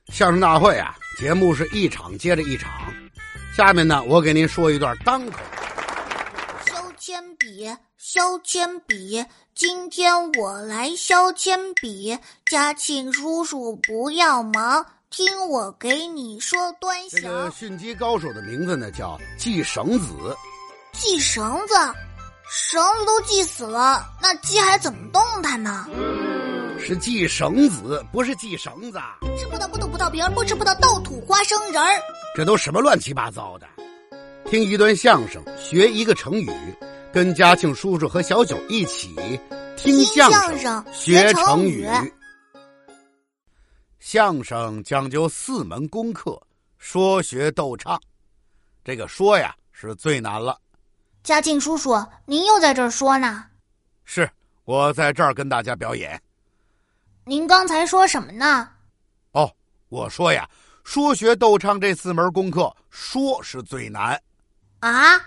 相声大会啊，节目是一场接着一场。下面呢，我给您说一段单口。 削铅笔，削铅笔，今天我来削铅笔。嘉庆叔叔不要忙，听我给你说端详。 这个驯鸡高手的名字呢叫系绳子。 系绳子？绳子都系死了，那鸡还怎么动弹呢？ 是系绳子，不是系绳子。 吃葡萄不吐葡萄皮儿，不吃葡萄倒吐花生仁儿。 这都什么乱七八糟的？听一段相声，学一个成语，跟嘉庆叔叔和小九一起听相声学成语。相声讲究4门功课：说学逗唱。这个说呀是最难了。 嘉庆叔叔，您又在这儿说呢？ 是，我在这儿跟大家表演。 您刚才说什么呢？ 哦，我说呀，说学逗唱这4门功课，说是最难。 啊？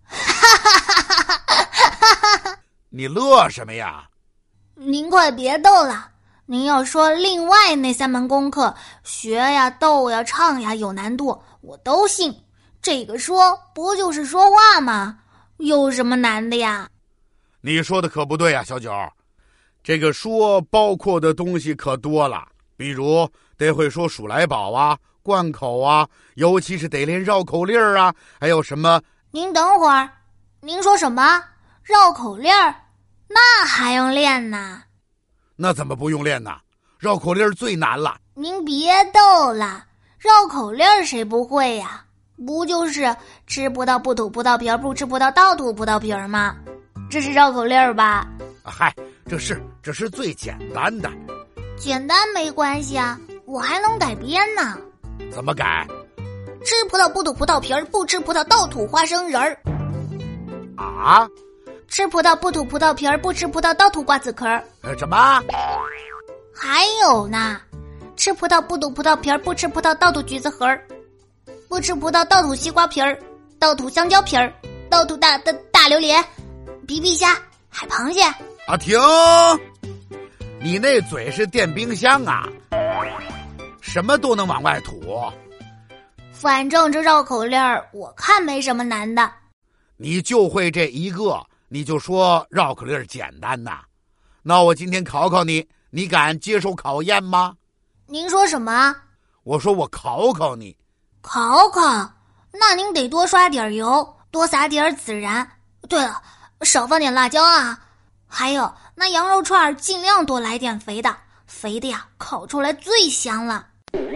你乐什么呀？ 您快别逗了。您要说另外那3门功课，学呀、逗呀、唱呀有难度，我都信。这个说不就是说话吗？有什么难的呀？ 你说的可不对呀，小九。这个说包括的东西可多了，比如得会说数来宝啊、贯口啊，尤其是得练绕口令啊，还有什么…… 您等会儿，您说什么？绕口令儿？那还用练呢？ 那怎么不用练呢？绕口令最难了。 您别逗了，绕口令谁不会呀？不就是吃葡萄不吐葡萄皮儿，不吃葡萄倒吐葡萄皮儿吗？这是绕口令吧？ 嗨，这是最简单的。 简单没关系啊，我还能改编呢。 怎么改？ 吃葡萄不吐葡萄皮儿，不吃葡萄倒吐花生仁儿。 啊？ 吃葡萄不吐葡萄皮儿，不吃葡萄倒吐瓜子壳儿。 什么？ 还有呢，吃葡萄不吐葡萄皮儿，不吃葡萄倒吐橘子核儿，不吃葡萄倒吐西瓜皮儿，倒吐香蕉皮儿，倒吐大榴莲、皮皮虾、海螃蟹。 啊，停！你那嘴是电冰箱啊，什么都能往外吐。 反正这绕口令我看没什么难的。 你就会这一个，你就说绕口令简单呐？那我今天考考你，你敢接受考验吗？ 您说什么？ 我说我考考你。 考考？那您得多刷点油，多撒点孜然。对了，少放点辣椒啊。还有那羊肉串尽量多来点肥的，肥的呀烤出来最香了。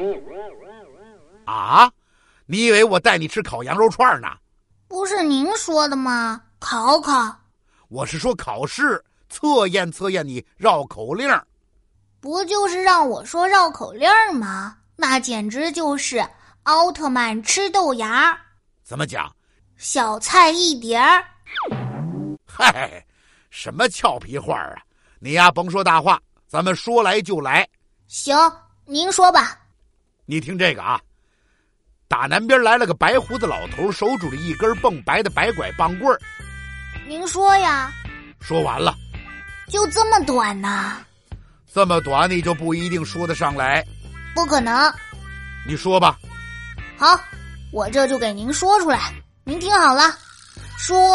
啊？你以为我带你吃烤羊肉串呢？ 不是您说的吗？考考。 我是说考试测验你绕口令。 不就是让我说绕口令吗？那简直就是奥特曼吃豆芽。 怎么讲？ 小菜一碟儿。 嗨，什么俏皮话啊！你呀甭说大话，咱们说来就来。 行，您说吧。 你听这个啊，打南边来了个白胡子老头，手拄着一根蹦白的白拐棒棍儿。 您说呀。 说完了。 就这么短呢？ 这么短你就不一定说得上来。 不可能。 你说吧。 好，我这就给您说出来。您听好了，说，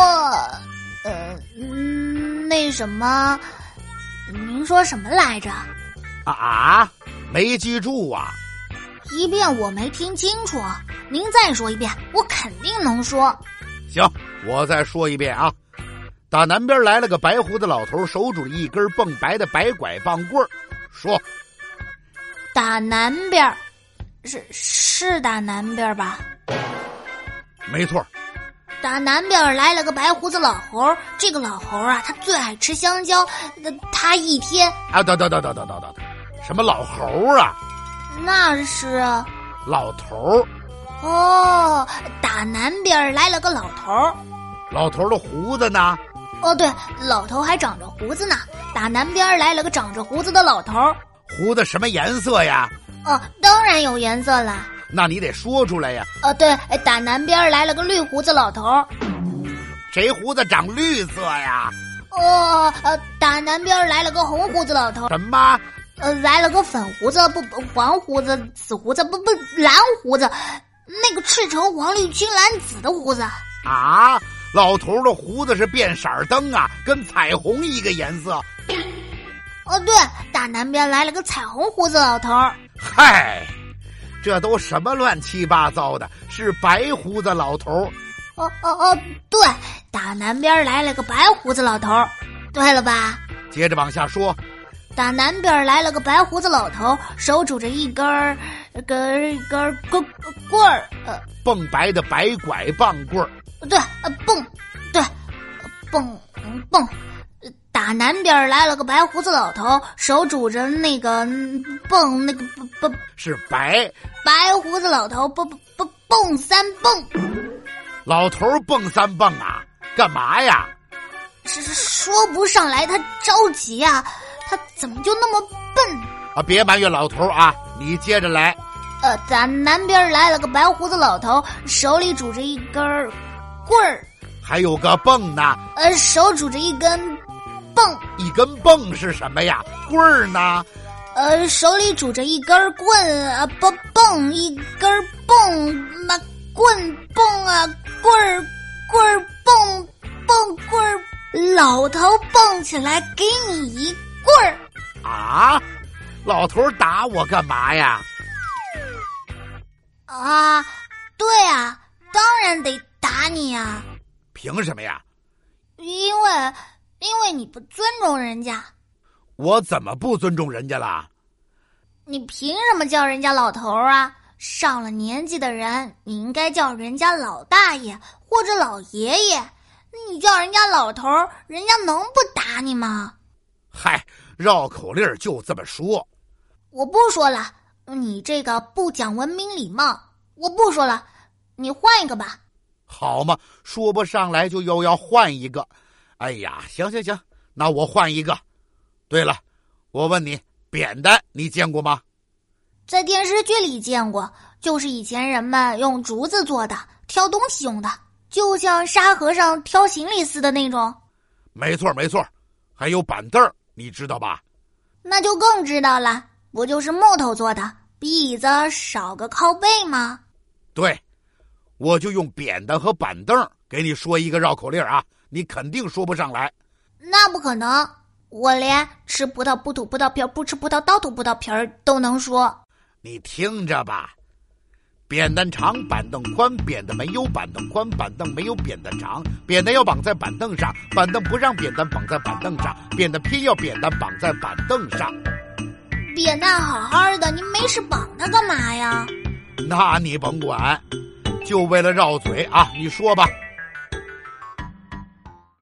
那什么，您说什么来着？ 啊？没记住啊。 一遍我没听清楚，您再说一遍，我肯定能说。 行，我再说一遍啊。打南边来了个白胡子老头，手拄一根蹦白的白拐棒棍儿。说。 打南边，是打南边吧？ 没错。 打南边来了个白胡子老猴，这个老猴啊，他最爱吃香蕉，他一天啊，等，什么老猴啊？ 那是老头。 哦，打南边来了个老头。 老头的胡子呢？ 哦，对，老头还长着胡子呢。打南边来了个长着胡子的老头。 胡子什么颜色呀？ 哦，当然有颜色了。 那你得说出来呀。 对，打南边来了个绿胡子老头。 谁胡子长绿色呀？ 打南边来了个红胡子老头。 什么？ 来了个粉胡子，不黄胡子、紫胡子，不蓝胡子，那个赤橙黄绿青蓝紫的胡子啊！老头的胡子是变色灯啊，跟彩虹一个颜色。 对，大南边来了个彩虹胡子老头。 嗨，这都什么乱七八糟的？是白胡子老头。 对，大南边来了个白胡子老头。对了吧？ 接着往下说。 大南边来了个白胡子老头，手拄着一根棍儿， 蹦白的白拐棒棍儿。 对，蹦。大南边来了个白胡子老头，手拄着那个蹦， 是白胡子老头蹦三蹦。 老头蹦三蹦啊，干嘛呀？ 是说不上来，他着急啊，他怎么就那么笨啊？别埋怨老头啊，你接着来。 咱南边来了个白胡子老头，手里拄着一根棍儿， 还有个蹦呢。 手拄着一根蹦。 一根蹦是什么呀？棍儿呢？ 手里拄着一根棍，蹦一根蹦，棍蹦啊，棍儿蹦棍儿，老头蹦起来给你一棍儿啊！老头打我干嘛呀？ 啊，对啊，当然得打你呀。 凭什么呀？ 因为你不尊重人家。 我怎么不尊重人家了？ 你凭什么叫人家老头啊？上了年纪的人，你应该叫人家老大爷或者老爷爷。你叫人家老头，人家能不打你吗？ 嗨，绕口令就这么说。 我不说了，你这个不讲文明礼貌，我不说了，你换一个吧。 好嘛，说不上来就又要换一个。哎呀，行，那我换一个。对了，我问你，扁担你见过吗？ 在电视剧里见过，就是以前人们用竹子做的，挑东西用的，就像沙和尚挑行李似的那种。 没错，还有板凳，你知道吧？ 那就更知道了，不就是木头做的，比椅子少个靠背吗？ 对，我就用扁担和板凳给你说一个绕口令啊，你肯定说不上来。 那不可能，我连吃葡萄不吐葡萄皮儿，不吃葡萄倒吐葡萄皮儿都能说。 你听着吧，扁担长，板凳宽，扁担没有板凳宽，板凳没有扁担长，扁担要绑在板凳上，板凳不让扁担绑在板凳上，扁担偏要扁担绑在板凳上。 扁担好好的，你没事绑它干嘛呀？ 那你甭管，就为了绕嘴啊，你说吧。